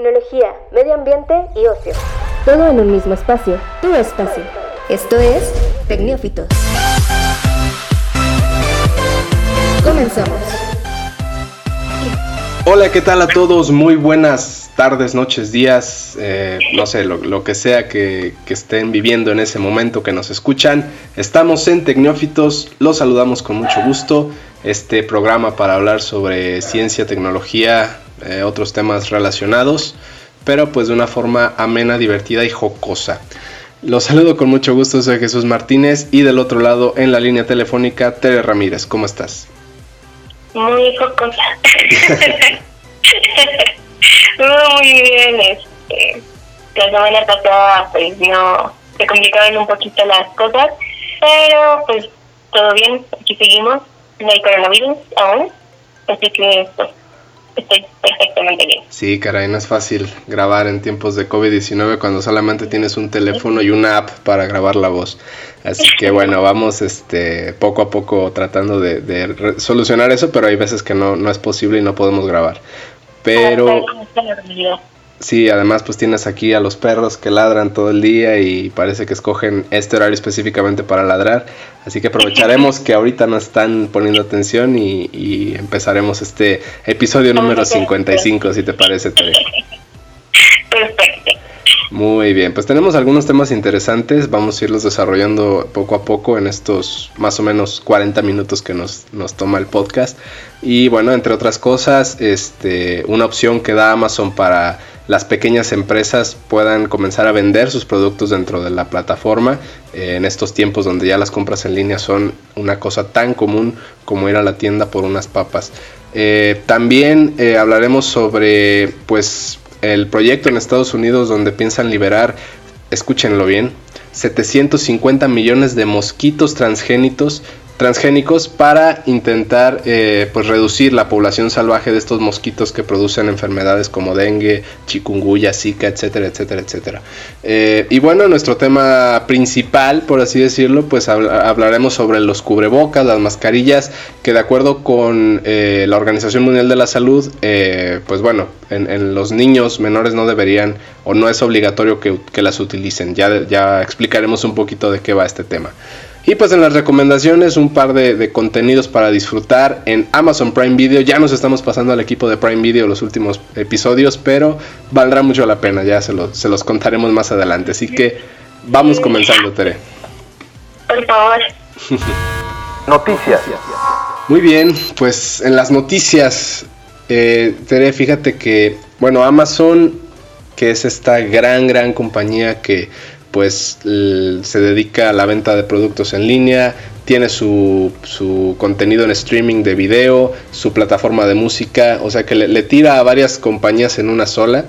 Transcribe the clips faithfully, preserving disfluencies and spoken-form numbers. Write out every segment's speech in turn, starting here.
tecnología, medio ambiente y ocio. Todo en un mismo espacio, tu espacio. Esto es Tecnófitos. Comenzamos. Hola, ¿qué tal a todos? Muy buenas tardes, noches, días, eh, no sé, lo, lo que sea que, que estén viviendo en ese momento que nos escuchan. Estamos en Tecnófitos, los saludamos con mucho gusto. Este programa para hablar sobre ciencia, tecnología, eh, otros temas relacionados, pero pues de una forma amena, divertida y jocosa. Los saludo con mucho gusto, soy Jesús Martínez y del otro lado en la línea telefónica, Tere Ramírez. ¿Cómo estás? Muy jocosa. Muy bien. Este, la semana pasada pues no se complicaban un poquito las cosas, pero pues todo bien, aquí seguimos, no hay coronavirus aún, así que pues estoy perfectamente bien. Sí, caray, no es fácil grabar en tiempos de covid diecinueve cuando solamente tienes un teléfono y una app para grabar la voz. Así que bueno, vamos este poco a poco tratando de, de re- solucionar eso, pero hay veces que no, no es posible y no podemos grabar. Pero sí, además pues tienes aquí a los perros que ladran todo el día y parece que escogen este horario específicamente para ladrar. Así que aprovecharemos que ahorita no están poniendo atención y, y empezaremos este episodio número cincuenta y cinco, si te parece, Tere. Perfecto. Muy bien, pues tenemos algunos temas interesantes, vamos a irlos desarrollando poco a poco en estos más o menos cuarenta minutos que nos, nos toma el podcast. Y bueno, entre otras cosas, este, una opción que da Amazon para las pequeñas empresas puedan comenzar a vender sus productos dentro de la plataforma, eh, en estos tiempos donde ya las compras en línea son una cosa tan común como ir a la tienda por unas papas. Eh, también eh, hablaremos sobre pues el proyecto en Estados Unidos donde piensan liberar, escúchenlo bien, setecientos cincuenta millones de mosquitos transgénitos transgénicos para intentar eh, pues reducir la población salvaje de estos mosquitos que producen enfermedades como dengue, chikungunya, zika, etcétera, etcétera, etcétera. Eh, y bueno, nuestro tema principal, por así decirlo, pues habl- hablaremos sobre los cubrebocas, las mascarillas, que de acuerdo con eh, la Organización Mundial de la Salud, eh, pues bueno, en, en los niños menores no deberían o no es obligatorio que, que las utilicen. Ya, ya explicaremos un poquito de qué va este tema. Y pues en las recomendaciones un par de, de contenidos para disfrutar en Amazon Prime Video. Ya nos estamos pasando al equipo de Prime Video los últimos episodios, pero valdrá mucho la pena, ya se, lo, se los contaremos más adelante. Así que vamos comenzando, Tere. Por favor. Noticias. Muy bien, pues en las noticias, eh, Tere, fíjate que, bueno, Amazon, que es esta gran, gran compañía que pues l- se dedica a la venta de productos en línea, tiene su, su contenido en streaming de video, su plataforma de música, o sea que le, le tira a varias compañías en una sola.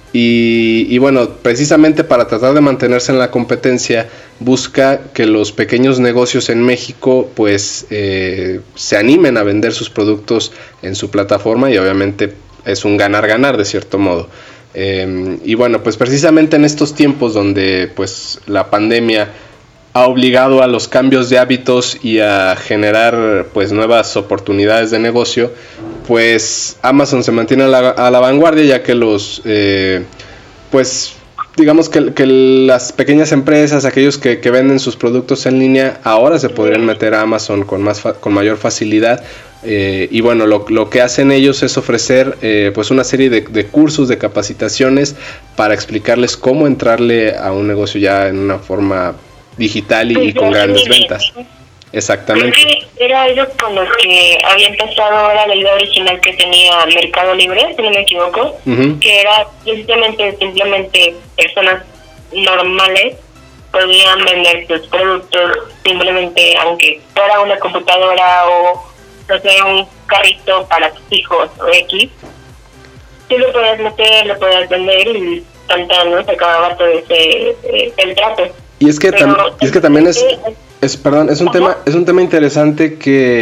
Y, y bueno, precisamente para tratar de mantenerse en la competencia, busca que los pequeños negocios en México pues eh, se animen a vender sus productos en su plataforma y obviamente es un ganar-ganar de cierto modo. Eh, y bueno, pues precisamente en estos tiempos donde pues la pandemia ha obligado a los cambios de hábitos y a generar pues nuevas oportunidades de negocio, pues Amazon se mantiene a la, a la vanguardia, ya que los eh, pues digamos que, que las pequeñas empresas, aquellos que, que venden sus productos en línea, ahora se podrían meter a Amazon con más fa- con mayor facilidad. Eh, y bueno, lo, lo que hacen ellos es ofrecer eh, pues una serie de, de cursos, de capacitaciones para explicarles cómo entrarle a un negocio ya en una forma digital y, y con grandes ventas. Exactamente. Era algo con lo que había empezado ahora la idea original que tenía Mercado Libre, si no me equivoco, Uh-huh. que era precisamente simplemente personas normales podían vender sus productos simplemente, aunque fuera una computadora o no sé, un carrito para tus hijos o X, tú lo podías meter, lo podías vender y tanto, ¿no? Se acababa todo ese eh, el trato. Y es que, Pero, tam- y es que también es, es perdón, es un Ajá. tema, es un tema interesante que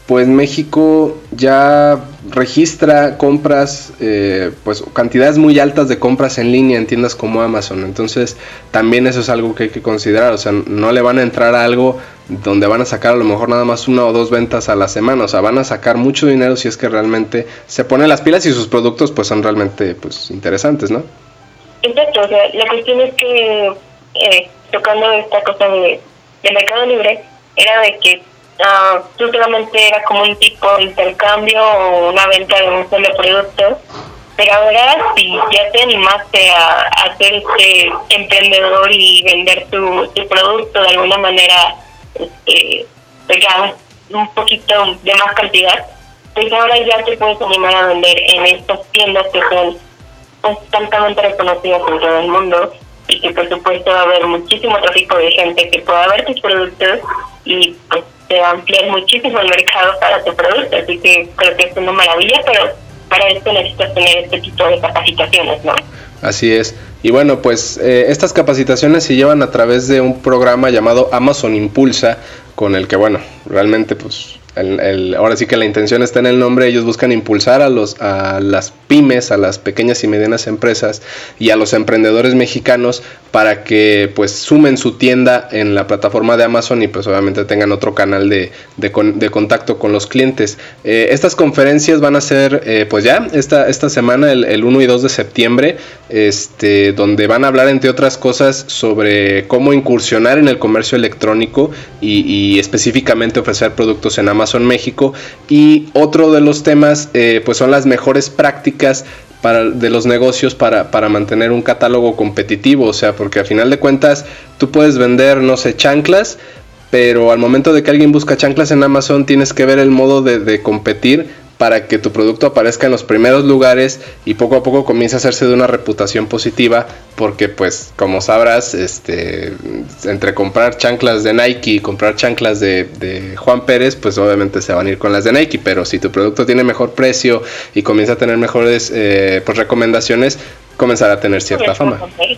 pues México ya registra compras, eh, pues cantidades muy altas de compras en línea en tiendas como Amazon. Entonces también eso es algo que hay que considerar. O sea, no le van a entrar a algo donde van a sacar a lo mejor nada más una o dos ventas a la semana. O sea, van a sacar mucho dinero si es que realmente se ponen las pilas y sus productos pues son realmente pues interesantes, ¿no? Exacto, o sea, la cuestión es que eh, tocando esta cosa de, de Mercado Libre, era de que Uh, tú solamente era como un tipo de intercambio o una venta de un solo producto, pero ahora si ya te animaste a, a ser este emprendedor y vender tu, tu producto de alguna manera, este, ya un poquito de más cantidad, pues ahora ya te puedes animar a vender en estas tiendas que son constantemente reconocidas en todo el mundo, y que por supuesto va a haber muchísimo tráfico de gente que pueda ver tus productos y pues te va a ampliar muchísimo el mercado para tu producto. Así que creo que es una maravilla, pero para esto necesitas tener este tipo de capacitaciones, ¿no? Así es. Y bueno, pues eh, estas capacitaciones se llevan a través de un programa llamado Amazon Impulsa, con el que, bueno, realmente pues el, el, ahora sí que la intención está en el nombre. Ellos buscan impulsar a los a las pymes, a las pequeñas y medianas empresas y a los emprendedores mexicanos para que pues sumen su tienda en la plataforma de Amazon y pues obviamente tengan otro canal de, de, con, de contacto con los clientes. Eh, estas conferencias van a ser eh, pues ya esta, esta semana, el, el uno y dos de septiembre, este, donde van a hablar entre otras cosas sobre cómo incursionar en el comercio electrónico y, y específicamente ofrecer productos en Amazon México. Y otro de los temas eh, pues son las mejores prácticas para, de los negocios para, para mantener un catálogo competitivo. O sea, porque al final de cuentas tú puedes vender, no sé, chanclas, pero al momento de que alguien busca chanclas en Amazon tienes que ver el modo de, de competir para que tu producto aparezca en los primeros lugares y poco a poco comience a hacerse de una reputación positiva, porque pues como sabrás, este, entre comprar chanclas de Nike y comprar chanclas de, de Juan Pérez, pues obviamente se van a ir con las de Nike, pero si tu producto tiene mejor precio y comienza a tener mejores eh, pues recomendaciones, comenzará a tener cierta fama.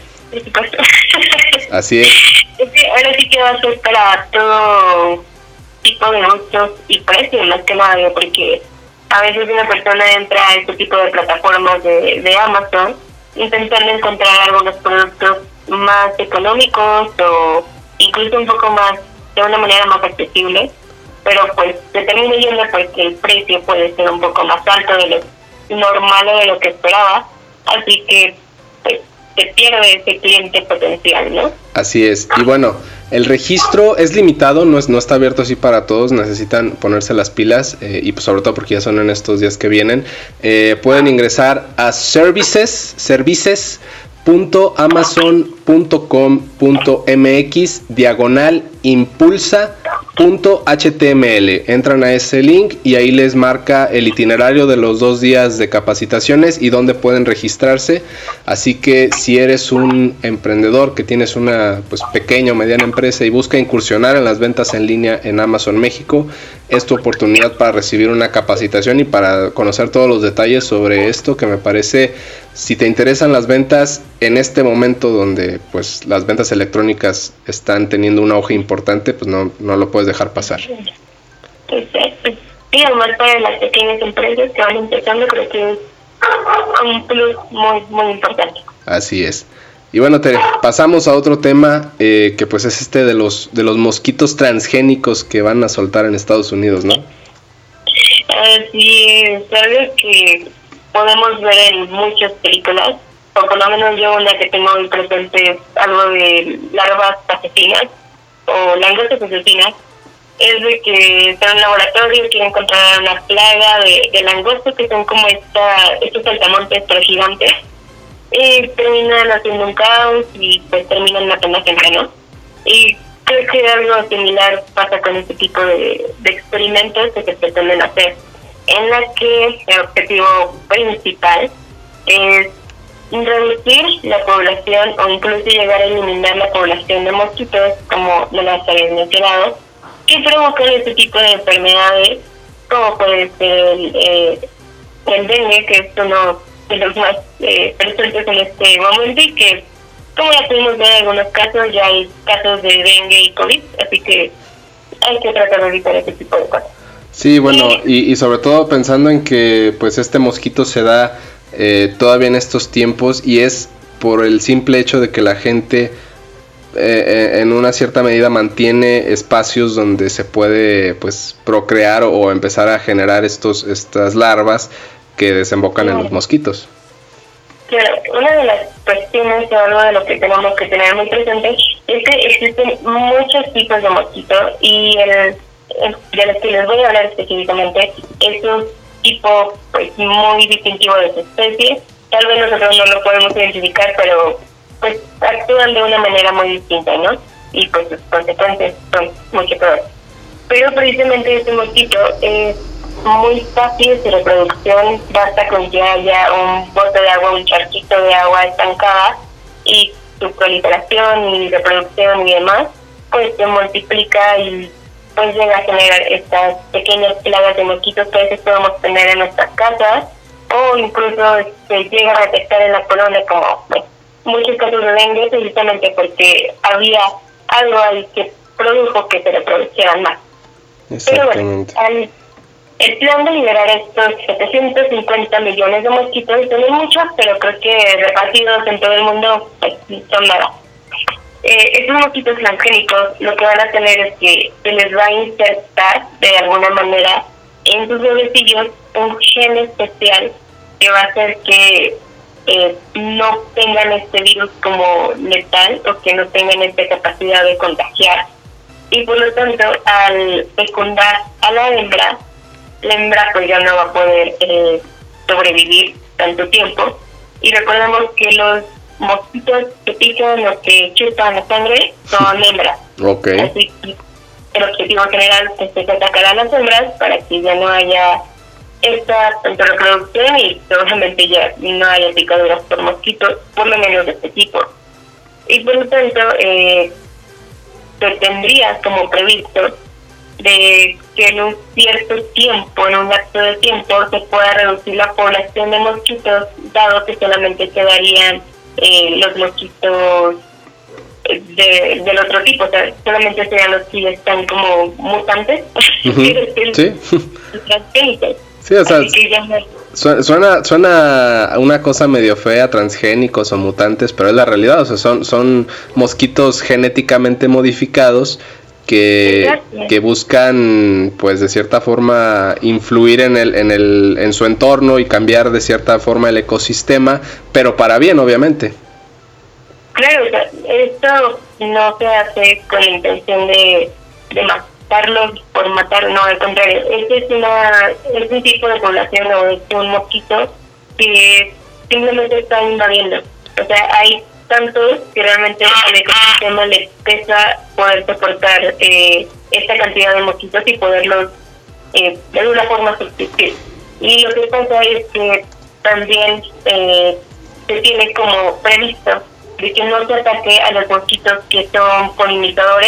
Así es. Es que ahora sí que va a ser para todo tipo de gustos y precios, más que nada, porque a veces una persona entra a este tipo de plataformas de, de Amazon intentando encontrar algunos productos más económicos o incluso un poco más, de una manera más accesible, pero pues se termina yendo porque el precio puede ser un poco más alto de lo normal o de lo que esperaba, así que pues se pierde ese cliente potencial, ¿no? Así es, y bueno, el registro es limitado, no, es, no está abierto así para todos, necesitan ponerse las pilas eh, y pues sobre todo porque ya son en estos días que vienen. Eh, pueden ingresar a services, services punto amazon punto com punto mx diagonal impulsa punto html. Entran a ese link y ahí les marca el itinerario de los dos días de capacitaciones y dónde pueden registrarse. Así que si eres un emprendedor que tienes una pues pequeña o mediana empresa y busca incursionar en las ventas en línea en Amazon México, es tu oportunidad para recibir una capacitación y para conocer todos los detalles sobre esto, que me parece, si te interesan las ventas en este momento donde pues las ventas electrónicas están teniendo un auge importante, pues no, no lo puedes dejar pasar. Exacto. Y además para las pequeñas empresas que van empezando, creo que es un plus muy, muy importante. Así es. Y bueno, Tere, pasamos a otro tema eh, que pues es este de los de los mosquitos transgénicos que van a soltar en Estados Unidos, ¿no? Así es, algo que podemos ver en muchas películas, o por lo menos yo una que tengo muy presente es algo de larvas asesinas o langostas asesinas. Es de que están en un laboratorio, quieren encontrar una plaga de, de langostas que son como esta, estos saltamontes pero gigantes, y terminan haciendo un caos y pues terminan matando gente, ¿no? Y creo que algo similar pasa con este tipo de, de experimentos que se pretenden hacer, en la que el objetivo principal es reducir la población o incluso llegar a eliminar la población de mosquitos, como me las habéis mencionado, que provocan este tipo de enfermedades, como puede ser el, eh, el dengue, que es uno de los más eh, presentes en este momento, y que, como ya pudimos ver en algunos casos, ya hay casos de dengue y COVID, así que hay que tratar de evitar este tipo de cosas. Sí, bueno, y, y sobre todo pensando en que pues este mosquito se da eh, todavía en estos tiempos, y es por el simple hecho de que la gente eh, en una cierta medida mantiene espacios donde se puede pues procrear o, o empezar a generar estos estas larvas que desembocan claro. en los mosquitos. Claro, una de las cuestiones o algo de lo que tenemos que tener muy presente es que existen muchos tipos de mosquitos, y el de los que les voy a hablar específicamente es un tipo pues muy distintivo de su especie. Tal vez nosotros no lo podemos identificar, pero pues actúan de una manera muy distinta, ¿no? Y pues sus consecuencias son mucho peores. Pero precisamente este mosquito es muy fácil de reproducción, basta con que haya un bote de agua, un charquito de agua estancada, y su proliferación y reproducción y demás pues se multiplica y pues llega a generar estas pequeñas plagas de mosquitos que a veces podemos tener en nuestras casas, o incluso se llega a detectar en la colonia como pues, muchos casos de dengue, precisamente porque había algo ahí que produjo que se reproducieran más. Pero bueno, al, el plan de liberar estos setecientos cincuenta millones de mosquitos son muchos, pero creo que repartidos en todo el mundo pues, son nada. Eh, estos mosquitos transgénicos lo que van a tener es que se les va a insertar de alguna manera en sus huevecillos un gen especial que va a hacer que eh, no tengan este virus como letal, o que no tengan esta capacidad de contagiar, y por lo tanto al fecundar a la hembra, la hembra pues ya no va a poder eh, sobrevivir tanto tiempo. Y recordemos que los mosquitos que pican o que chupan la sangre son hembras. Okay. Así que el objetivo general es que se atacar a las hembras para que ya no haya esta tanto reproducción y obviamente ya no haya picaduras por mosquitos, por lo menos de este tipo. Y por lo tanto eh, se tendría como previsto de que en un cierto tiempo, en un lapso de tiempo, se pueda reducir la población de mosquitos, dado que solamente quedarían eh, los mosquitos de, del otro tipo, o sea, solamente serían los que están como mutantes, uh-huh. Sí. transgénicos. Sí, o sea, no... suena, suena una cosa medio fea, transgénicos o mutantes, pero es la realidad, o sea, son, son mosquitos genéticamente modificados que, que buscan, pues, de cierta forma influir en el, en el, en su entorno y cambiar de cierta forma el ecosistema, pero para bien, obviamente. Claro, o sea, esto no se hace con la intención de, de matarlos por matar, no, al contrario, este es una, es un tipo de población o es un mosquito que simplemente está invadiendo. O sea, hay tantos que realmente al ecosistema le pesa poder soportar eh, esta cantidad de mosquitos y poderlos eh, de alguna forma sustituir. Y lo que pasa es que también eh, se tiene como previsto de que no se ataque a los mosquitos que son polinizadores,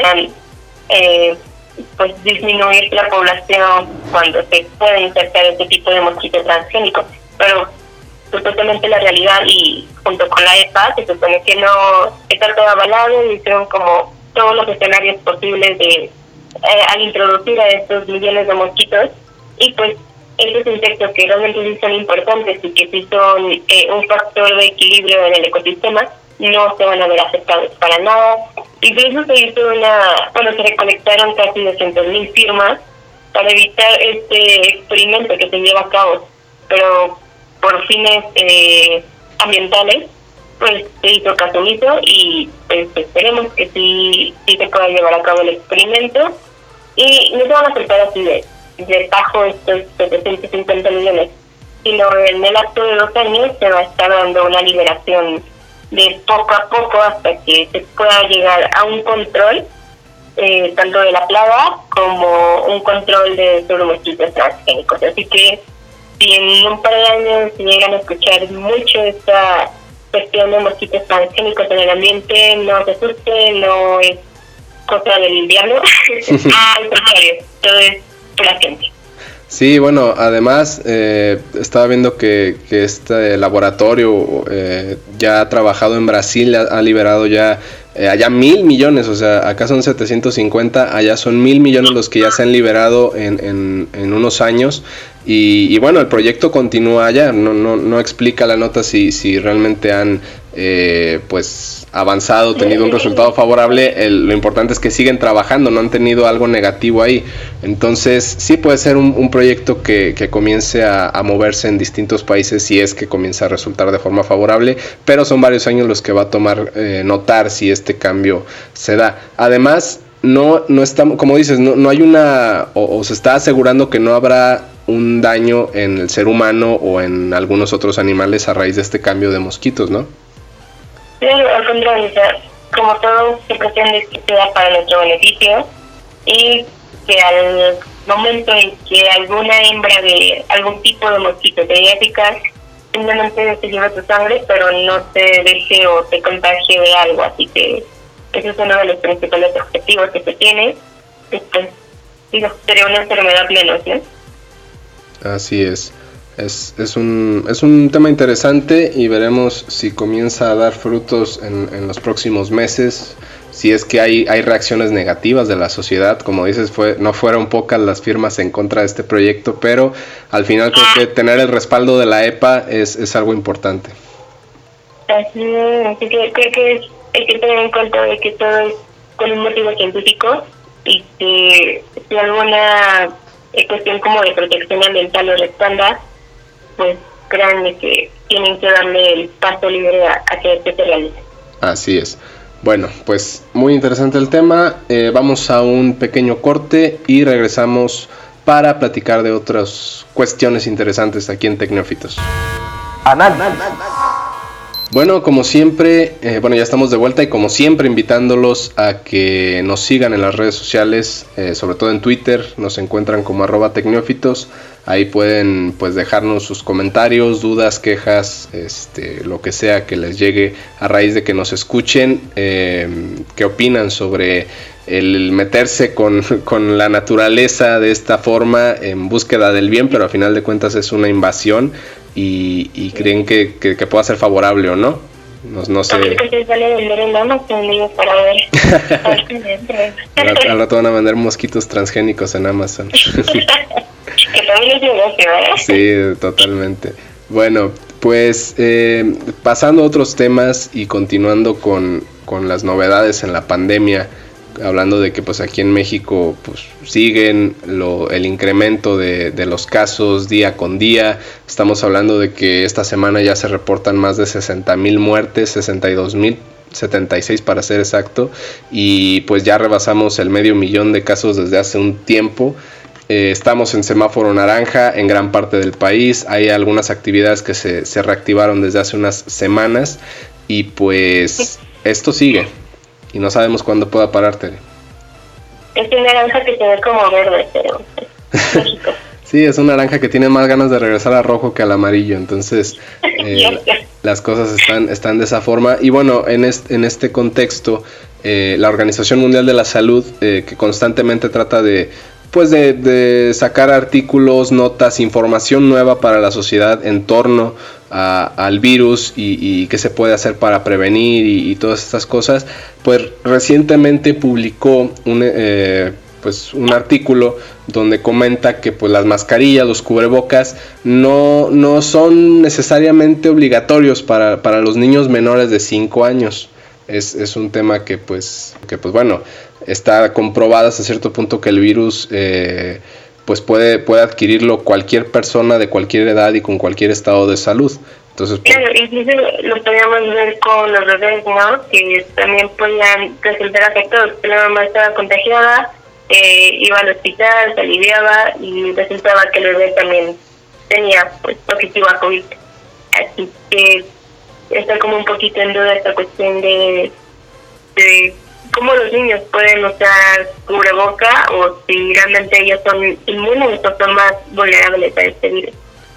eh, pues disminuir la población cuando se puede insertar este tipo de mosquitos transgénicos. Pero supuestamente la realidad, y junto con la E P A, se supone que no está todo avalado y son como todos los escenarios posibles de eh, al introducir a estos millones de mosquitos, y pues estos insectos que realmente sí son importantes y que sí son eh, un factor de equilibrio en el ecosistema, no se van a ver afectados para nada. Incluso se hizo una, bueno, se recolectaron casi doscientas mil firmas para evitar este experimento que se lleva a cabo, pero por fines eh, ambientales, pues se hizo caso omiso, y pues esperemos que sí, sí se pueda llevar a cabo el experimento y no se van a afectar así de, de tajo estos setecientos cincuenta millones, sino en el lapso de dos años se va a estar dando una liberación de poco a poco hasta que se pueda llegar a un control eh, tanto de la plaga como un control de sobre mosquitos transgénicos. Así que si en un par de años se llegan a escuchar mucho esta cuestión de mosquitos transgénicos en el ambiente, no se asusten, no es cosa del invierno, al contrario, todo es por la gente. Sí, bueno, además eh, estaba viendo que, que este laboratorio eh, ya ha trabajado en Brasil, ha, ha liberado ya eh, allá mil millones, o sea, acá son setecientos cincuenta, allá son mil millones los que ya se han liberado en, en, en unos años. Y, y bueno, el proyecto continúa allá, no, no, no explica la nota si, si realmente han eh, pues avanzado, tenido un resultado favorable. El, lo importante es que siguen trabajando, no han tenido algo negativo ahí. Entonces sí puede ser un, un proyecto que, que comience a, a moverse en distintos países si es que comienza a resultar de forma favorable, pero son varios años los que va a tomar eh, notar si este cambio se da. Además, no, no estamos, como dices, no, no hay una, o, o se está asegurando que no habrá un daño en el ser humano o en algunos otros animales a raíz de este cambio de mosquitos, ¿no? Sí, al contrario, o sea, como todo se pretende que sea para nuestro beneficio y que al momento en que alguna hembra de algún tipo de mosquito sea eficaz, simplemente se lleva tu sangre, pero no te deje o te contagie de algo, así que ese es uno de los principales objetivos que se tiene. Pues, digo, sería una enfermedad menos, ¿no? Así es. Es, es, un, es un tema interesante y veremos si comienza a dar frutos en, en los próximos meses, si es que hay, hay reacciones negativas de la sociedad. Como dices, fue, no fueron pocas las firmas en contra de este proyecto, pero al final creo que tener el respaldo de la E P A es, es algo importante. Así, así que creo que hay que tener en cuenta de que todo es con un motivo científico y que si alguna cuestión como de protección ambiental lo respalda, pues créanme que tienen que darle el paso libre a, a que este se realice. Así es. Bueno, pues muy interesante el tema. Eh, vamos a un pequeño corte y regresamos para platicar de otras cuestiones interesantes aquí en Tecnófitos. Análisis. Bueno, como siempre, eh, bueno, ya estamos de vuelta y como siempre invitándolos a que nos sigan en las redes sociales, eh, sobre todo en Twitter, nos encuentran como arroba tecnófitos. Ahí pueden pues dejarnos sus comentarios, dudas, quejas, este, lo que sea que les llegue a raíz de que nos escuchen, eh, qué opinan sobre el meterse con, con la naturaleza de esta forma en búsqueda del bien, pero a final de cuentas es una invasión. Y, y creen que, que, que pueda ser favorable o no. No, no sé. al, al rato van a vender mosquitos transgénicos en Amazon. Que también es negocio, ¿verdad? Sí, totalmente. Bueno, pues eh, pasando a otros temas y continuando con, con las novedades en la pandemia, hablando de que pues aquí en México pues siguen lo, el incremento de, de los casos día con día. Estamos hablando de que esta semana ya se reportan más de sesenta mil muertes, sesenta y dos mil setenta y seis para ser exacto, y pues ya rebasamos el medio millón de casos desde hace un tiempo. Eh, estamos en semáforo naranja en gran parte del país. Hay algunas actividades que se, se reactivaron desde hace unas semanas y pues esto sigue. Y no sabemos cuándo pueda parar, Tere. Es una naranja que se ve como verde, pero es mágico. Sí, es una naranja que tiene más ganas de regresar a rojo que al amarillo. Entonces, eh, las cosas están, están de esa forma. Y bueno, en este, en este contexto, eh, la Organización Mundial de la Salud, eh, que constantemente trata de, pues de, de sacar artículos, notas, información nueva para la sociedad en torno a, al virus y, y qué se puede hacer para prevenir y, y todas estas cosas, pues recientemente publicó un, eh, pues un artículo donde comenta que pues las mascarillas, los cubrebocas no, no son necesariamente obligatorios para, para los niños menores de cinco años. Es, es un tema que pues, que pues bueno, está comprobado hasta cierto punto que el virus eh, pues puede, puede adquirirlo cualquier persona de cualquier edad y con cualquier estado de salud. Entonces, pues, claro, incluso lo podríamos ver con los bebés, ¿no? Que también podían resultar afectados. La mamá estaba contagiada, eh, iba al hospital, se aliviaba y resultaba que el bebé también tenía pues positivo a COVID. Así que está como un poquito en duda esta cuestión de, de cómo los niños pueden usar cubreboca o si realmente ellos son inmunes o son más vulnerables a este virus.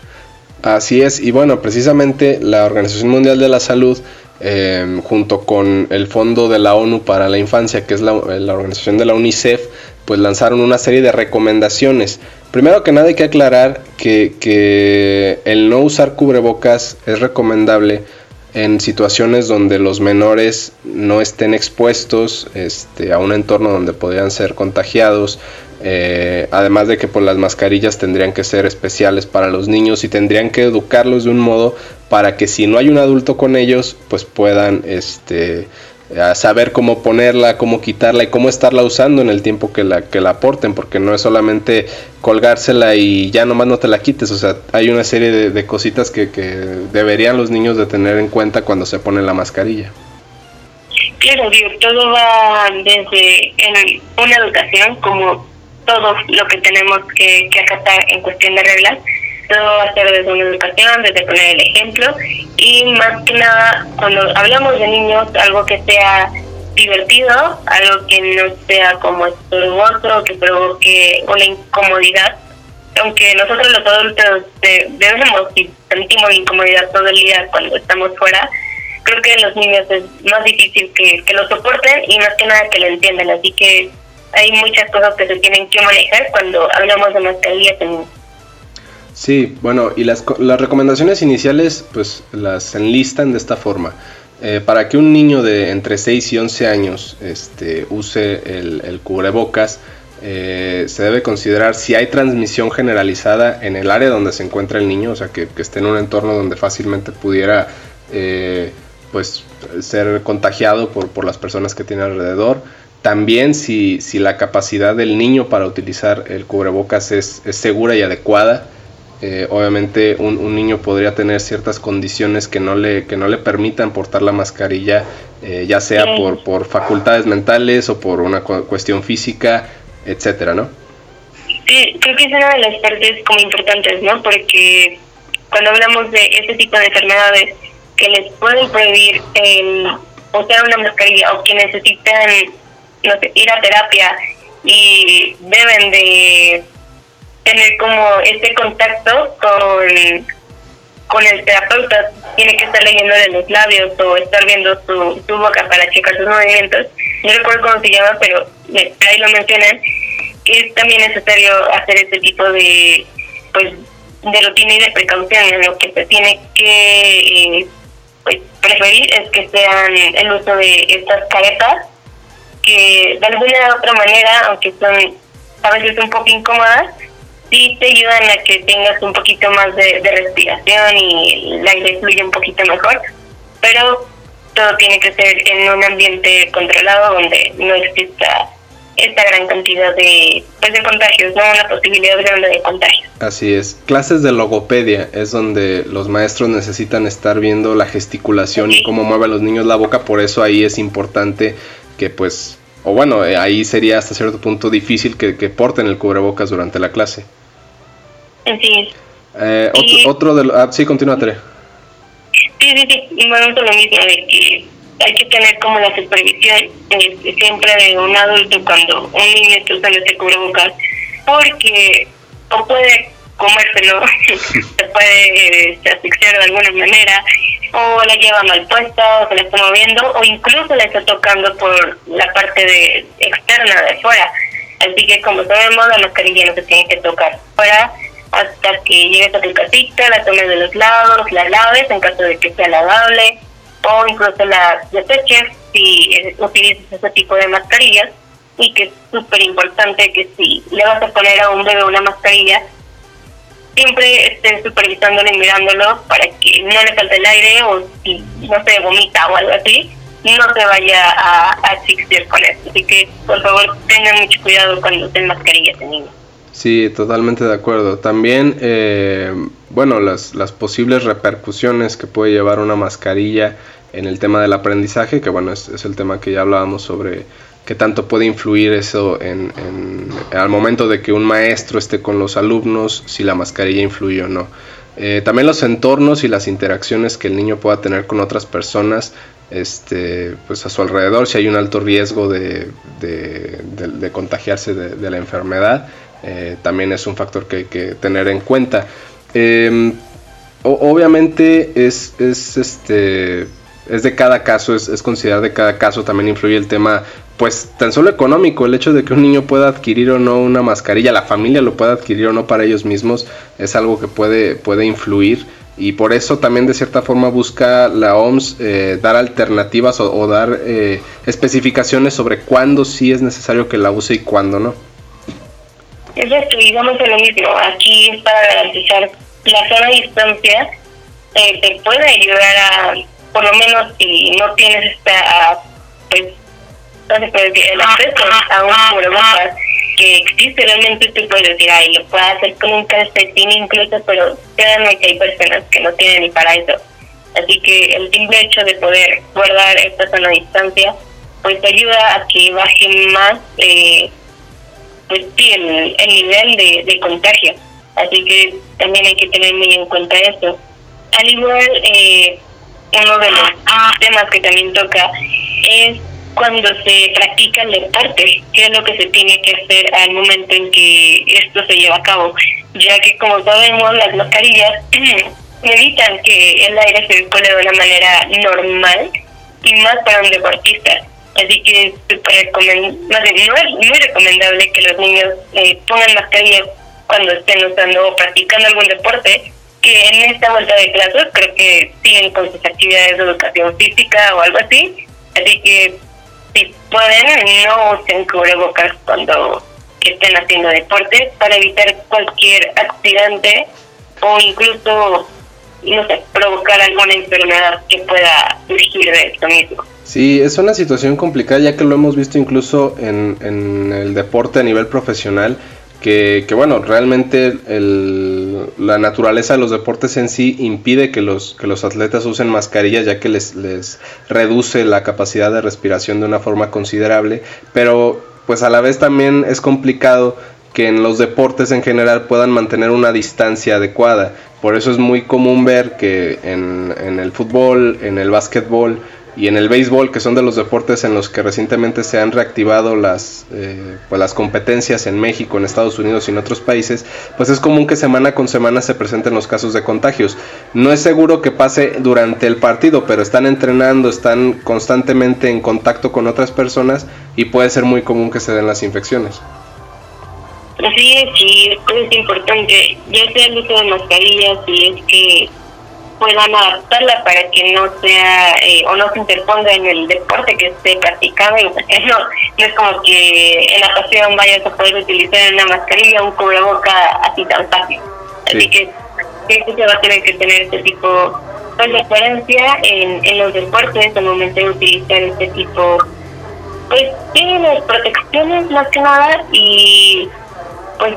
Así es, y bueno, precisamente la Organización Mundial de la Salud, eh, junto con el Fondo de la ONU para la Infancia, que es la, la organización de la UNICEF, pues lanzaron una serie de recomendaciones. Primero que nada hay que aclarar que, que el no usar cubrebocas es recomendable en situaciones donde los menores no estén expuestos este, a un entorno donde podrían ser contagiados, eh, además de que pues, las mascarillas tendrían que ser especiales para los niños y tendrían que educarlos de un modo para que si no hay un adulto con ellos, pues puedan este, a saber cómo ponerla, cómo quitarla y cómo estarla usando en el tiempo que la, que la aporten, porque no es solamente colgársela y ya nomás no te la quites, o sea, hay una serie de, de cositas que, que deberían los niños de tener en cuenta cuando se ponen la mascarilla. Claro, digo, todo va desde en una educación, como todo lo que tenemos que, que acatar en cuestión de reglas, todo va a ser desde una educación, desde poner el ejemplo, y más que nada, cuando hablamos de niños, algo que sea divertido, algo que no sea como estorboso, que provoque una incomodidad, aunque nosotros los adultos de, debemos y sentimos incomodidad todo el día cuando estamos fuera, creo que en los niños es más difícil que, que lo soporten y más que nada que lo entiendan, así que hay muchas cosas que se tienen que manejar cuando hablamos de mascarillas en... Sí, bueno, y las, las recomendaciones iniciales pues las enlistan de esta forma. Eh, para que un niño de entre seis y once años este, use el, el cubrebocas, eh, se debe considerar si hay transmisión generalizada en el área donde se encuentra el niño, o sea, que, que esté en un entorno donde fácilmente pudiera eh, pues, ser contagiado por, por las personas que tiene alrededor. También si, si la capacidad del niño para utilizar el cubrebocas es, es segura y adecuada. Eh, obviamente un, un niño podría tener ciertas condiciones que no le, que no le permitan portar la mascarilla, eh, ya sea sí. por, por facultades mentales o por una cu- cuestión física, etcétera, ¿no? Sí, creo que es una de las partes como importantes, ¿no? Porque cuando hablamos de ese tipo de enfermedades que les pueden prohibir el usar una mascarilla o que necesitan, no sé, ir a terapia y deben de tener como este contacto con, con el terapeuta, tiene que estar leyéndole los labios o estar viendo su, su boca para checar sus movimientos, no recuerdo cómo se llama, pero ahí lo mencionan, que es también necesario hacer este tipo de pues de rutina y de precaución. En lo que se tiene que eh, pues preferir es que sean el uso de estas caretas, que de alguna otra manera, aunque son a veces un poco incómodas, sí te ayudan a que tengas un poquito más de, de respiración y el aire fluye un poquito mejor, pero todo tiene que ser en un ambiente controlado donde no exista esta gran cantidad de, pues, de contagios, no una posibilidad grande de contagios. Así es. Clases de logopedia es donde los maestros necesitan estar viendo la gesticulación sí. y cómo mueve a los niños la boca, por eso ahí es importante que pues, o bueno, ahí sería hasta cierto punto difícil que, que porten el cubrebocas durante la clase. Así es. Eh, otro, y, otro de los... Ah, sí, continúa, Tere. Sí, sí, sí. Y bueno, lo mismo de que hay que tener como la supervisión eh, siempre de un adulto cuando un niño está usando este cubrebocas, porque o puede comérselo, se puede eh, asfixiar de alguna manera, o la lleva mal puesta, o se la está moviendo, o incluso la está tocando por la parte de externa de fuera. Así que, como sabemos, la mascarilla no se tiene que tocar fuera hasta que llegues a tu casita, la tomes de los lados, la laves en caso de que sea lavable, o incluso la deseches si eh, utilizas ese tipo de mascarillas. Y que es súper importante que si le vas a poner a un bebé una mascarilla, siempre estés supervisándolo y mirándolo para que no le falte el aire, o si no se vomita o algo así, no se vaya a, a asfixiar con esto. Así que, por favor, tengan mucho cuidado cuando usen mascarillas de niños. Sí, totalmente de acuerdo. También, eh, bueno, las, las posibles repercusiones que puede llevar una mascarilla en el tema del aprendizaje, que bueno, es, es el tema que ya hablábamos sobre qué tanto puede influir eso en, en, al momento de que un maestro esté con los alumnos, si la mascarilla influye o no. Eh, también los entornos y las interacciones que el niño pueda tener con otras personas, este, pues a su alrededor, si hay un alto riesgo de, de, de, de contagiarse de, de la enfermedad, eh, también es un factor que hay que tener en cuenta. Eh, o, obviamente es, es este, es de cada caso, es, es considerar de cada caso. También influye el tema, pues tan solo económico, el hecho de que un niño pueda adquirir o no una mascarilla, la familia lo pueda adquirir o no para ellos mismos, es algo que puede, puede influir. Y por eso también de cierta forma busca la O M S eh, dar alternativas o, o dar eh, especificaciones sobre cuándo sí es necesario que la use y cuándo no. Exacto, digamos lo mismo, aquí para garantizar la sana distancia eh, te puede ayudar a, por lo menos si no tienes esta, pues, no se puede decir, el acceso a un cubrebocas que existe realmente, tú puedes decir, ay, lo puedo hacer con un calcetín incluso, pero créanme que hay personas que no tienen ni para eso. Así que el simple hecho de poder guardar esta sana distancia, pues ayuda a que baje más, eh, pues sí, el, el nivel de, de contagio. Así que también hay que tener muy en cuenta eso. Al igual, eh, uno de los temas que también toca es cuando se practica el deporte, qué es lo que se tiene que hacer al momento en que esto se lleva a cabo, ya que como sabemos las mascarillas evitan que el aire circule de una manera normal y más para un deportista. Así que es súper recomend- no, no es muy recomendable que los niños eh, pongan mascarillas cuando estén usando o practicando algún deporte, que en esta vuelta de clases creo que siguen con sus actividades de educación física o algo así. Así que si pueden, no usen cubrebocas cuando estén haciendo deporte para evitar cualquier accidente o incluso, no sé, provocar alguna enfermedad que pueda surgir de esto mismo. Sí, es una situación complicada, ya que lo hemos visto incluso en, en el deporte a nivel profesional, que, que bueno, realmente el, la naturaleza de los deportes en sí impide que los, que los atletas usen mascarillas, ya que les, les reduce la capacidad de respiración de una forma considerable, pero pues a la vez también es complicado que en los deportes en general puedan mantener una distancia adecuada. Por eso es muy común ver que en, en el fútbol, en el básquetbol y en el béisbol, que son de los deportes en los que recientemente se han reactivado las, eh, pues las competencias en México, en Estados Unidos y en otros países, pues es común que semana con semana se presenten los casos de contagios. No es seguro que pase durante el partido, pero están entrenando, están constantemente en contacto con otras personas y puede ser muy común que se den las infecciones. Así es, y es importante, ya sea el uso de mascarillas, y es que puedan adaptarla para que no sea eh, o no se interponga en el deporte que esté practicando. No, no es como que en natación vayas a poder utilizar una mascarilla o un cubreboca así tan fácil. Así sí. que creo que se va a tener que tener este tipo de referencia en, en los deportes al momento de utilizar este tipo, pues sí, las protecciones más que nada. Y pues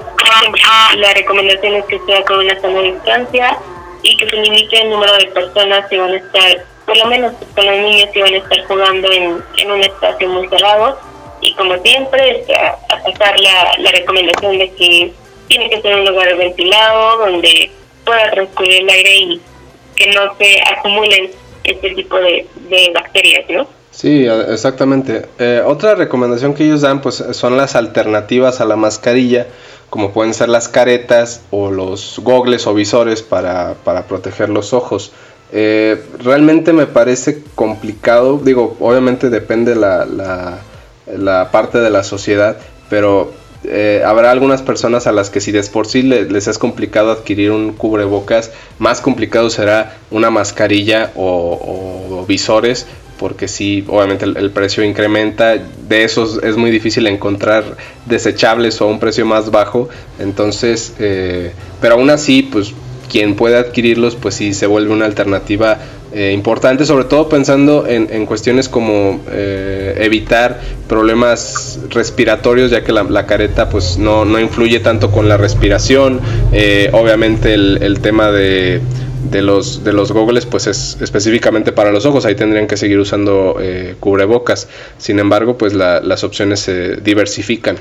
la recomendación es que sea con una sana distancia y que se limite el número de personas que van a estar, por lo menos con los niños que van a estar jugando en, en un espacio muy cerrado. Y como siempre, es a, a pasar la, la recomendación de que tiene que ser un lugar ventilado, donde pueda transcurrir el aire y que no se acumulen este tipo de, de bacterias, ¿no? Sí, exactamente. Eh, otra recomendación que ellos dan pues son las alternativas a la mascarilla, como pueden ser las caretas o los gogles o visores para, para proteger los ojos. Eh, realmente me parece complicado, digo, obviamente depende la, la, la parte de la sociedad, pero eh, habrá algunas personas a las que si de por sí les, les es complicado adquirir un cubrebocas, más complicado será una mascarilla o, o visores, porque sí, obviamente el, el precio incrementa. De esos es muy difícil encontrar desechables o a un precio más bajo, entonces, eh, pero aún así, pues quien puede adquirirlos, pues sí se vuelve una alternativa eh, importante, sobre todo pensando en, en cuestiones como eh, evitar problemas respiratorios, ya que la, la careta pues no, no influye tanto con la respiración. Eh, obviamente el, el tema de de los de los gogles pues es específicamente para los ojos, ahí tendrían que seguir usando eh, cubrebocas. Sin embargo, pues la, las opciones se diversifican.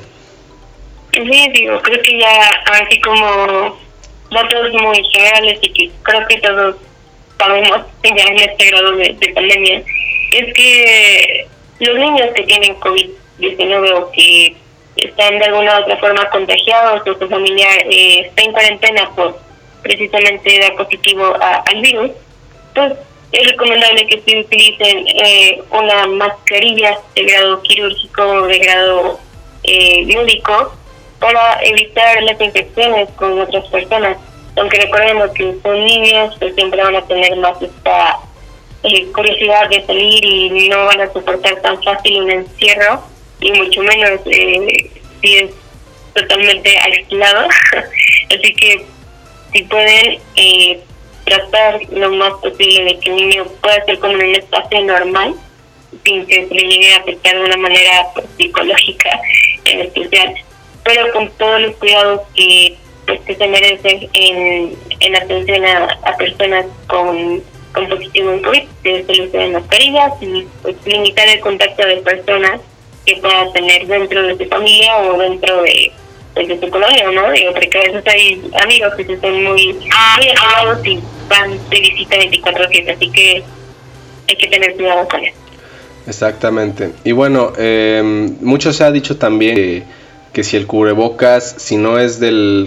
Sí, digo, creo que ya así como datos muy generales y que creo que todos sabemos ya en este grado de, de pandemia, es que los niños que tienen COVID diecinueve o que están de alguna u otra forma contagiados o su familiar eh, está en cuarentena por precisamente da positivo a, al virus, pues es recomendable que se utilicen eh, una mascarilla de grado quirúrgico o de grado eh, médico para evitar las infecciones con otras personas. Aunque recordemos que son niños, pues siempre van a tener más esta eh, curiosidad de salir y no van a soportar tan fácil un encierro, y mucho menos eh, si es totalmente aislado. Así que si pueden eh, tratar lo más posible de que el niño pueda ser como en un espacio normal, sin que se le llegue a afectar de una manera pues, psicológica en especial, pero con todos los cuidados que pues, que se merecen en, en atención a, a personas con, con positivo en COVID, desde el uso de mascarillas y pues, limitar el contacto de personas que pueda tener dentro de su familia o dentro de, pues, de su colonia, ¿no? Digo, porque a veces hay amigos que se son muy, muy alejados y van de visita veinticuatro siete, así que hay que tener cuidado con eso. Exactamente. Y bueno, eh, mucho se ha dicho también que, que si el cubrebocas, si no es del,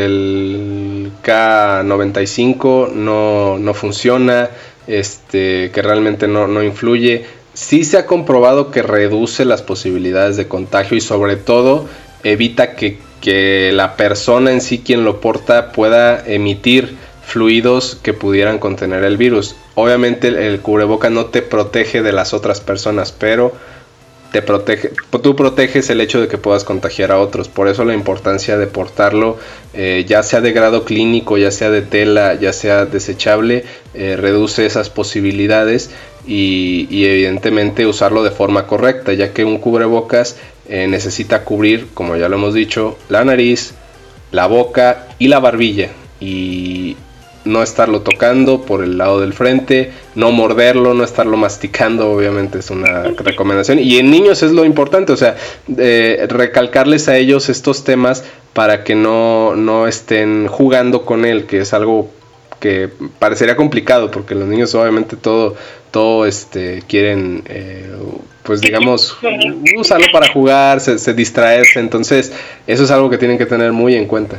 del K noventa y cinco, no, no funciona, este, que realmente no, no influye. Sí se ha comprobado que reduce las posibilidades de contagio y sobre todo evita que, que la persona en sí, quien lo porta, pueda emitir fluidos que pudieran contener el virus. Obviamente el, el cubrebocas no te protege de las otras personas, pero te protege, tú proteges el hecho de que puedas contagiar a otros. Por eso la importancia de portarlo, eh, ya sea de grado clínico, ya sea de tela, ya sea desechable, eh, reduce esas posibilidades y, y evidentemente usarlo de forma correcta, ya que un cubrebocas eh, necesita cubrir, como ya lo hemos dicho, la nariz, la boca y la barbilla, y no estarlo tocando por el lado del frente, no morderlo, no estarlo masticando, obviamente es una recomendación. Y en niños es lo importante, o sea, eh, recalcarles a ellos estos temas para que no, no estén jugando con él, que es algo que parecería complicado, porque los niños obviamente todo, todo este, quieren, eh, pues digamos, usarlo para jugar, se, se distraerse, entonces eso es algo que tienen que tener muy en cuenta.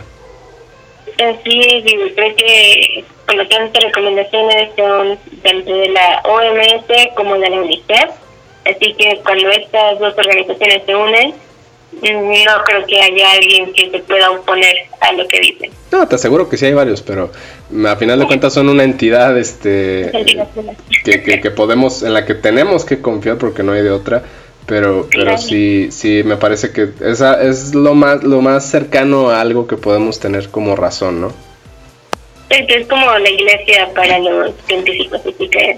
Así es, y creo que como todas estas recomendaciones son tanto de la O M S como de la UNICEF, así que cuando estas dos organizaciones se unen, no creo que haya alguien que se pueda oponer a lo que dicen. No, te aseguro que sí hay varios, pero a final de cuentas son una entidad este que, que, que podemos, en la que tenemos que confiar porque no hay de otra. Pero pero sí sí me parece que esa es lo más lo más cercano a algo que podemos tener como razón, ¿no? Es que es como la iglesia para los científicos, así que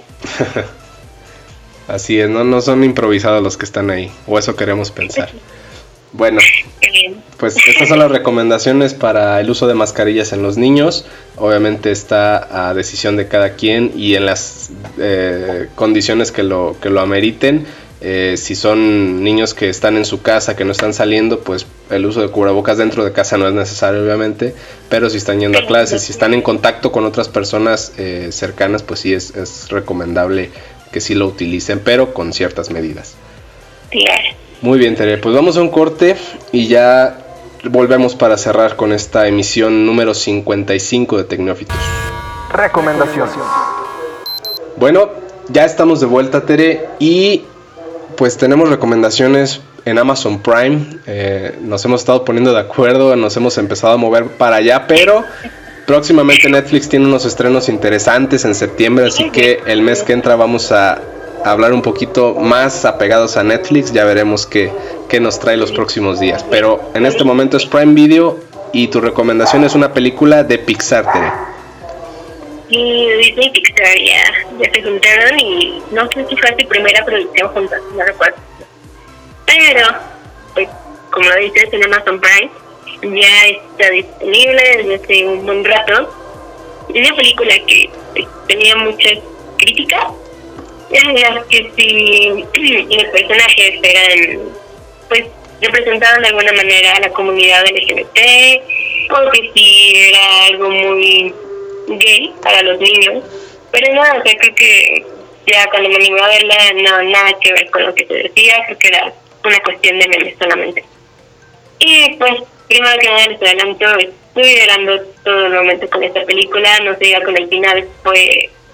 así es, no no son improvisados los que están ahí, o eso queremos pensar. Bueno, pues estas son las recomendaciones para el uso de mascarillas en los niños. Obviamente está a decisión de cada quien y en las eh, condiciones que lo que lo ameriten. Eh, si son niños que están en su casa, que no están saliendo, pues el uso de cubrebocas dentro de casa no es necesario, obviamente, pero si están yendo a clases, si están en contacto con otras personas eh, cercanas, pues sí es, es recomendable que sí lo utilicen, pero con ciertas medidas. Muy bien, Tere, pues vamos a un corte y ya volvemos para cerrar con esta emisión número cincuenta y cinco de Tecnófitos. Recomendaciones. Bueno, ya estamos de vuelta, Tere, y pues tenemos recomendaciones en Amazon Prime. Eh, nos hemos estado poniendo de acuerdo, nos hemos empezado a mover para allá, pero próximamente Netflix tiene unos estrenos interesantes en septiembre, así que el mes que entra vamos a hablar un poquito más apegados a Netflix. Ya veremos qué, qué nos trae los próximos días, pero en este momento es Prime Video y tu recomendación es una película de Pixar, Tere. Y Disney y Pixar ya, ya se juntaron y no sé si fue su primera producción juntas, no recuerdo. Pero, pues, como lo dices, en Amazon Prime ya está disponible desde hace un buen rato. Es una película que pues, tenía muchas críticas, en las que si los personajes eran, pues, representaban de alguna manera a la comunidad L G B T, o que si era algo muy gay para los niños, pero no, o sea, creo que ya cuando me animé a verla, no, nada que ver con lo que se decía, creo que era una cuestión de memes solamente. Y pues, primero que nada les adelanto, estoy llorando todo el momento con esta película, no se diga con el final, fue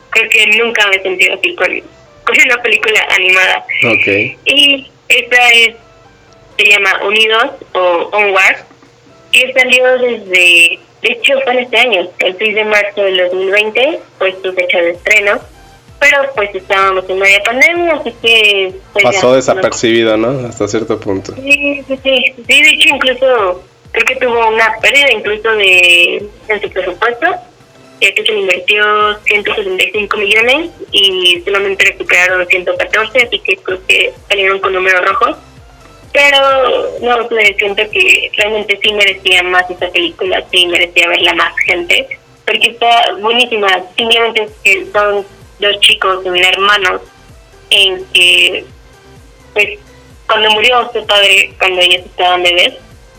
creo que nunca me he sentido así con, con una película animada. Okay. Y esta es, se llama Unidos o Onward, que salió desde, de hecho fue en este año, el seis de marzo del dos mil veinte, pues su fecha de estreno, pero pues estábamos en media pandemia, así que... Pues, pasó ya, desapercibido, ¿no? Hasta cierto punto. Sí, sí, sí, sí, de hecho incluso creo que tuvo una pérdida incluso de, en su presupuesto, ya que se le invirtió ciento setenta y cinco millones y solamente recuperaron ciento catorce, así que creo que salieron con números rojos. Pero no, pues, siento que realmente sí merecía más esta película, sí merecía verla más gente, porque está buenísima. Simplemente es que son dos chicos, son hermanos, en que, pues, cuando murió su padre, cuando ellos estaban bebés,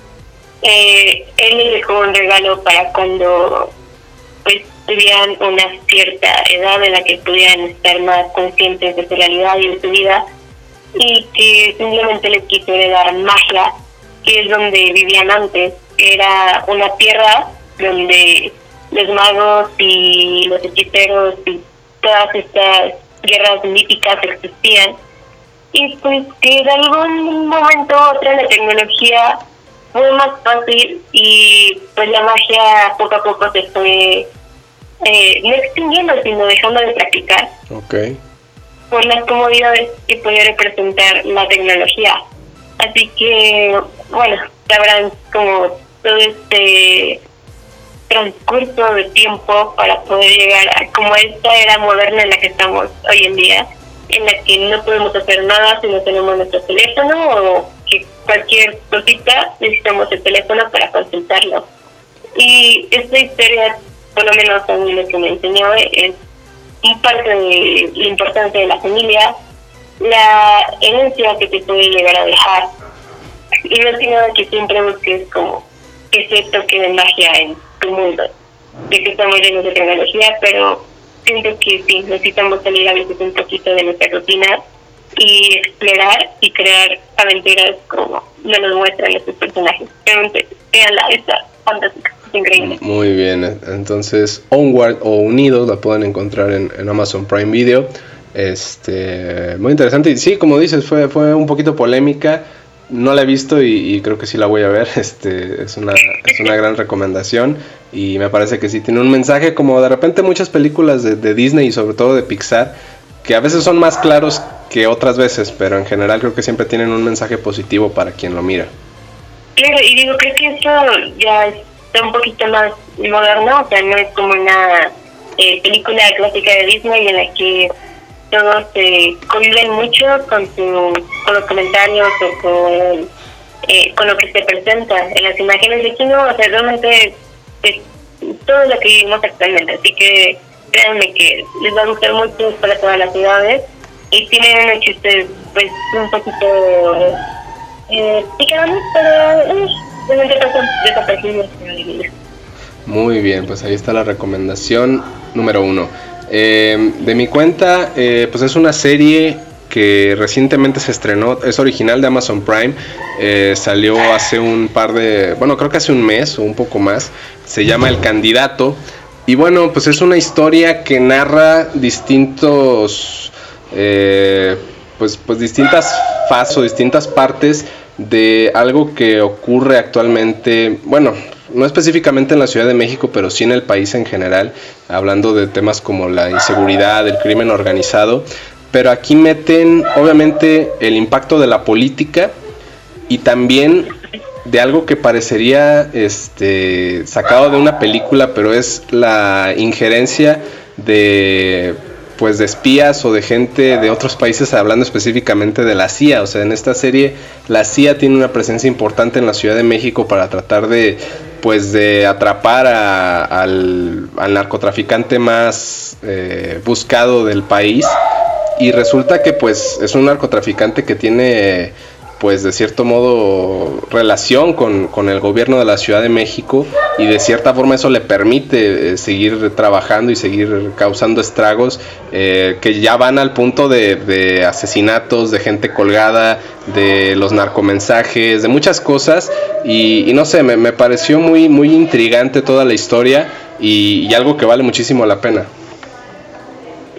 eh, él les dejó un regalo para cuando, pues, tuvieran una cierta edad en la que pudieran estar más conscientes de su realidad y de su vida, y que simplemente les quiso heredar magia, que es donde vivían antes. Era una tierra donde los magos y los hechiceros y todas estas guerras míticas existían, y pues que de algún momento u otro la tecnología fue más fácil y pues la magia poco a poco se fue eh, no extinguiendo, sino dejando de practicar. Okay. Por las comodidades que podía representar la tecnología. Así que, bueno, sabrán como todo este transcurso de tiempo para poder llegar a como esta era moderna en la que estamos hoy en día, en la que no podemos hacer nada si no tenemos nuestro teléfono, o que cualquier cosita necesitamos el teléfono para consultarlo. Y esta historia, por lo menos a mí lo que me enseñó, es un parte de la importancia de la familia, la herencia que te puede llegar a dejar, y no tiene nada que siempre busques como ese toque de magia en tu mundo, de que estamos llenos de tecnología, pero siento que sí, necesitamos salir a veces un poquito de nuestra rutina y explorar y crear aventuras como nos lo muestran estos personajes. Realmente, véanla, está fantástica. Increíble. Muy bien, entonces Onward o Unidos la pueden encontrar en, en Amazon Prime Video. Este, muy interesante, y sí, como dices, fue fue un poquito polémica. No la he visto y, y creo que sí la voy a ver. Este, es una es una gran recomendación y me parece que sí tiene un mensaje, como de repente muchas películas de, de Disney y sobre todo de Pixar, que a veces son más claros que otras veces, pero en general creo que siempre tienen un mensaje positivo para quien lo mira. Claro, y digo, creo que eso ya es está un poquito más moderno, o sea, no es como una eh, película clásica de Disney en la que todos se conviven mucho con, su, con los comentarios o con, eh, con lo que se presenta en las imágenes de kino. O sea, realmente es todo lo que vivimos actualmente, así que créanme que les va a gustar mucho para todas las ciudades, y tienen unos chistes pues un poquito eh, picados, pero... Eh, Muy bien, pues ahí está la recomendación número uno. Eh, de mi cuenta, eh, pues es una serie que recientemente se estrenó, es original de Amazon Prime, eh, salió hace un par de, bueno, creo que hace un mes o un poco más, se llama El Candidato, y bueno, pues es una historia que narra distintos, eh, pues, pues distintas fases o distintas partes de algo que ocurre actualmente, bueno, no específicamente en la Ciudad de México, pero sí en el país en general, hablando de temas como la inseguridad, el crimen organizado, pero aquí meten obviamente el impacto de la política y también de algo que parecería este sacado de una película, pero es la injerencia de pues de espías o de gente de otros países, hablando específicamente de la C I A. O sea, en esta serie la C I A tiene una presencia importante en la Ciudad de México para tratar de pues de atrapar a, al, al narcotraficante más eh, buscado del país, y resulta que pues es un narcotraficante que tiene pues de cierto modo relación con, con el gobierno de la Ciudad de México, y de cierta forma eso le permite eh, seguir trabajando y seguir causando estragos eh, que ya van al punto de, de asesinatos, de gente colgada, de los narcomensajes, de muchas cosas, y, y no sé, me, me pareció muy, muy intrigante toda la historia, y, y algo que vale muchísimo la pena.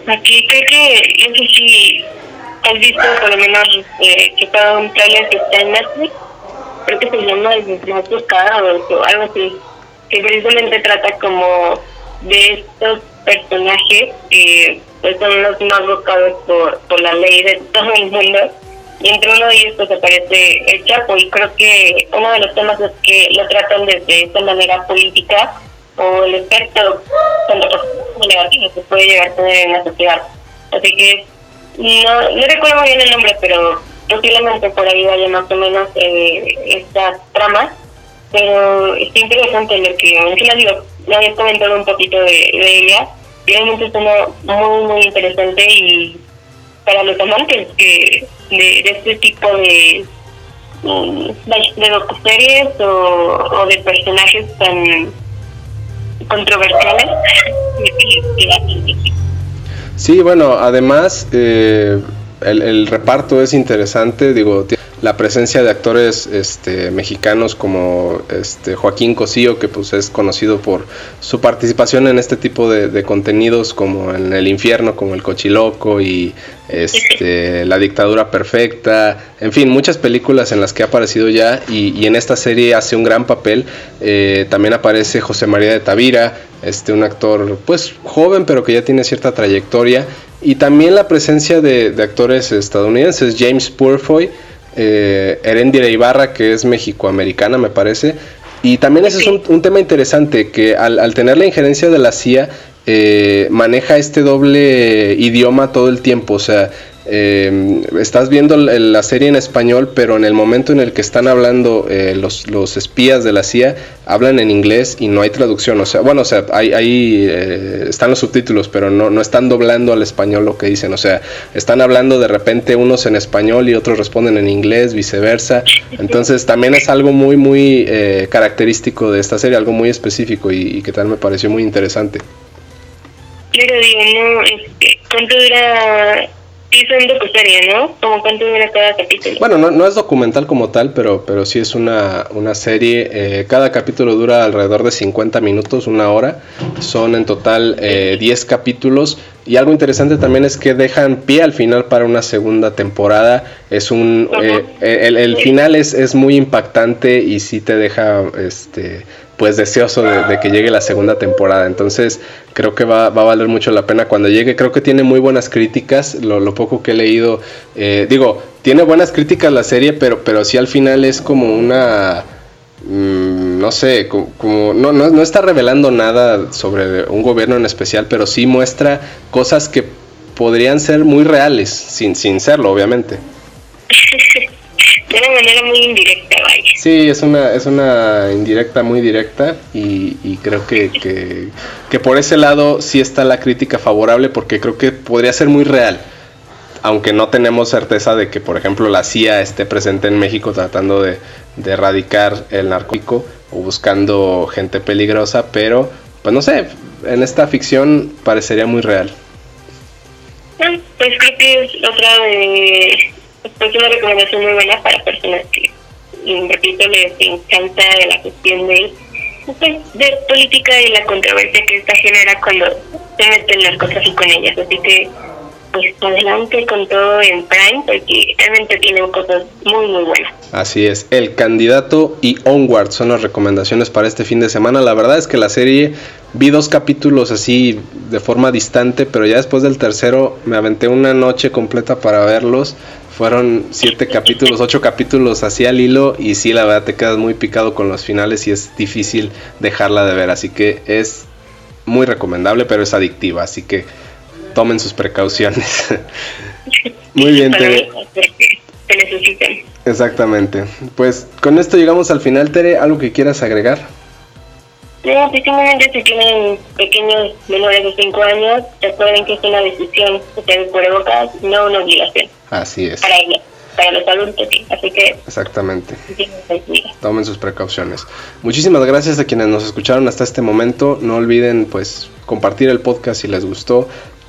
Aquí creo que, no sé si has visto por lo menos eh, que está un trailer que está en Netflix, creo que se llama El más buscado o algo así, que precisamente trata como de estos personajes que pues son los más buscados por, por la ley de todo el mundo, y entre uno de ellos pues aparece el Chapo, y creo que uno de los temas es que lo tratan desde esta manera política o el efecto negativo que puede llegar a tener en la sociedad. Así que no, no recuerdo muy bien el nombre, pero posiblemente por ahí vaya más o menos eh, esta trama, pero está interesante lo que mencionas. Digo, me habías comentado un poquito de, de ella, realmente es una muy muy interesante, y para los amantes que de, de este tipo de de docuseries o, o de personajes tan controversiales. Sí, bueno, además eh, el, el reparto es interesante, digo, la presencia de actores este, mexicanos como este Joaquín Cosío, que pues es conocido por su participación en este tipo de, de contenidos como en El Infierno, como El Cochiloco y este La Dictadura Perfecta, en fin, muchas películas en las que ha aparecido ya, y, y en esta serie hace un gran papel. Eh, también aparece José María de Tavira, este un actor pues joven pero que ya tiene cierta trayectoria, y también la presencia de, de actores estadounidenses, James Purefoy, eh, Erendira Ibarra, que es mexicoamericana me parece, y también ese es un, un tema interesante, que al, al tener la injerencia de la C I A eh, maneja este doble idioma todo el tiempo, o sea, eh, estás viendo la serie en español, pero en el momento en el que están hablando eh, los, los espías de la C I A hablan en inglés y no hay traducción, o sea, bueno, o sea, hay, hay eh, están los subtítulos, pero no, no están doblando al español lo que dicen, o sea, están hablando de repente unos en español y otros responden en inglés, viceversa. Entonces también es algo muy muy eh, característico de esta serie, algo muy específico, y, y que tal me pareció muy interesante. Claro, digo, no, este, ¿cuánto dura? Sí, son docuserie, ¿no? ¿Cómo cuánto dura cada capítulo? Bueno, no, no es documental como tal, pero, pero sí es una, una serie. Eh, cada capítulo dura alrededor de cincuenta minutos, una hora. Son en total eh, diez capítulos. Y algo interesante también es que dejan pie al final para una segunda temporada. Es un eh, el, el final es, es muy impactante y sí te deja este pues deseoso de, de que llegue la segunda temporada. Entonces creo que va, va a valer mucho la pena cuando llegue. Creo que tiene muy buenas críticas, lo, lo poco que he leído. Eh, digo, tiene buenas críticas la serie, pero, pero sí al final es como una... Mm, no sé, como, como no, no, no está revelando nada sobre un gobierno en especial, pero sí muestra cosas que podrían ser muy reales, sin, sin serlo, obviamente. De una manera muy indirecta, vaya. Sí, es una, es una indirecta muy directa, y, y creo que, que, que por ese lado sí está la crítica favorable, porque creo que podría ser muy real. Aunque no tenemos certeza de que, por ejemplo, la C I A esté presente en México tratando de, de erradicar el narcotráfico o buscando gente peligrosa, pero, pues no sé, en esta ficción parecería muy real. Pues creo que es otra de... Pues una recomendación muy buena para personas que, repito, les encanta la cuestión de, pues, de política y la controversia que esta genera cuando se mete el narcotráfico en ellas. Así que, pues adelante con todo en Prime, porque realmente tienen cosas muy muy buenas. Así es, El Candidato y Onward son las recomendaciones para este fin de semana. La verdad es que la serie, vi dos capítulos así de forma distante, pero ya después del tercero me aventé una noche completa para verlos. Fueron siete capítulos, ocho capítulos así al hilo, y sí, la verdad te quedas muy picado con los finales y es difícil dejarla de ver, así que es muy recomendable, pero es adictiva, así que tomen sus precauciones. Muy bien, Tere. Se necesitan. Exactamente. Pues con esto llegamos al final, Tere. ¿Algo que quieras agregar? No, pues simplemente si tienen pequeños menores de cinco años, recuerden que es una decisión usar el cubrebocas, no una obligación. Así es. Para ellos, para los adultos, sí. Así que... Exactamente. Tomen sus precauciones. Muchísimas gracias a quienes nos escucharon hasta este momento. No olviden, pues, compartir el podcast si les gustó.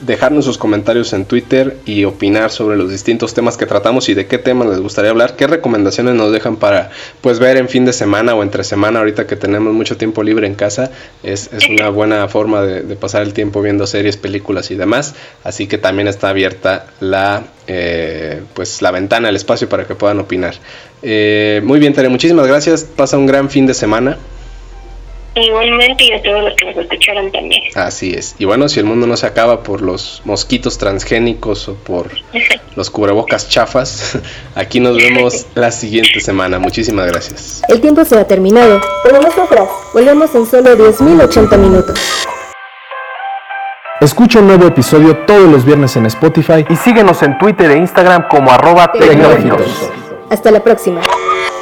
dejarnos sus comentarios en Twitter y opinar sobre los distintos temas que tratamos y de qué temas les gustaría hablar, qué recomendaciones nos dejan para pues ver en fin de semana o entre semana, ahorita que tenemos mucho tiempo libre en casa, es, es una buena forma de, de pasar el tiempo viendo series, películas y demás, así que también está abierta la eh, pues la ventana, el espacio para que puedan opinar. Eh, muy bien, Tere, muchísimas gracias, pasa un gran fin de semana. Igualmente, y a todos los que nos escucharon también. Así es. Y bueno, si el mundo no se acaba por los mosquitos transgénicos o por los cubrebocas chafas, aquí nos vemos la siguiente semana. Muchísimas gracias. El tiempo se ha terminado, pero nosotras volvemos en solo diez mil ochenta minutos. Escucha un nuevo episodio todos los viernes en Spotify y síguenos en Twitter e Instagram como arroba tecnológicos. Hasta la próxima.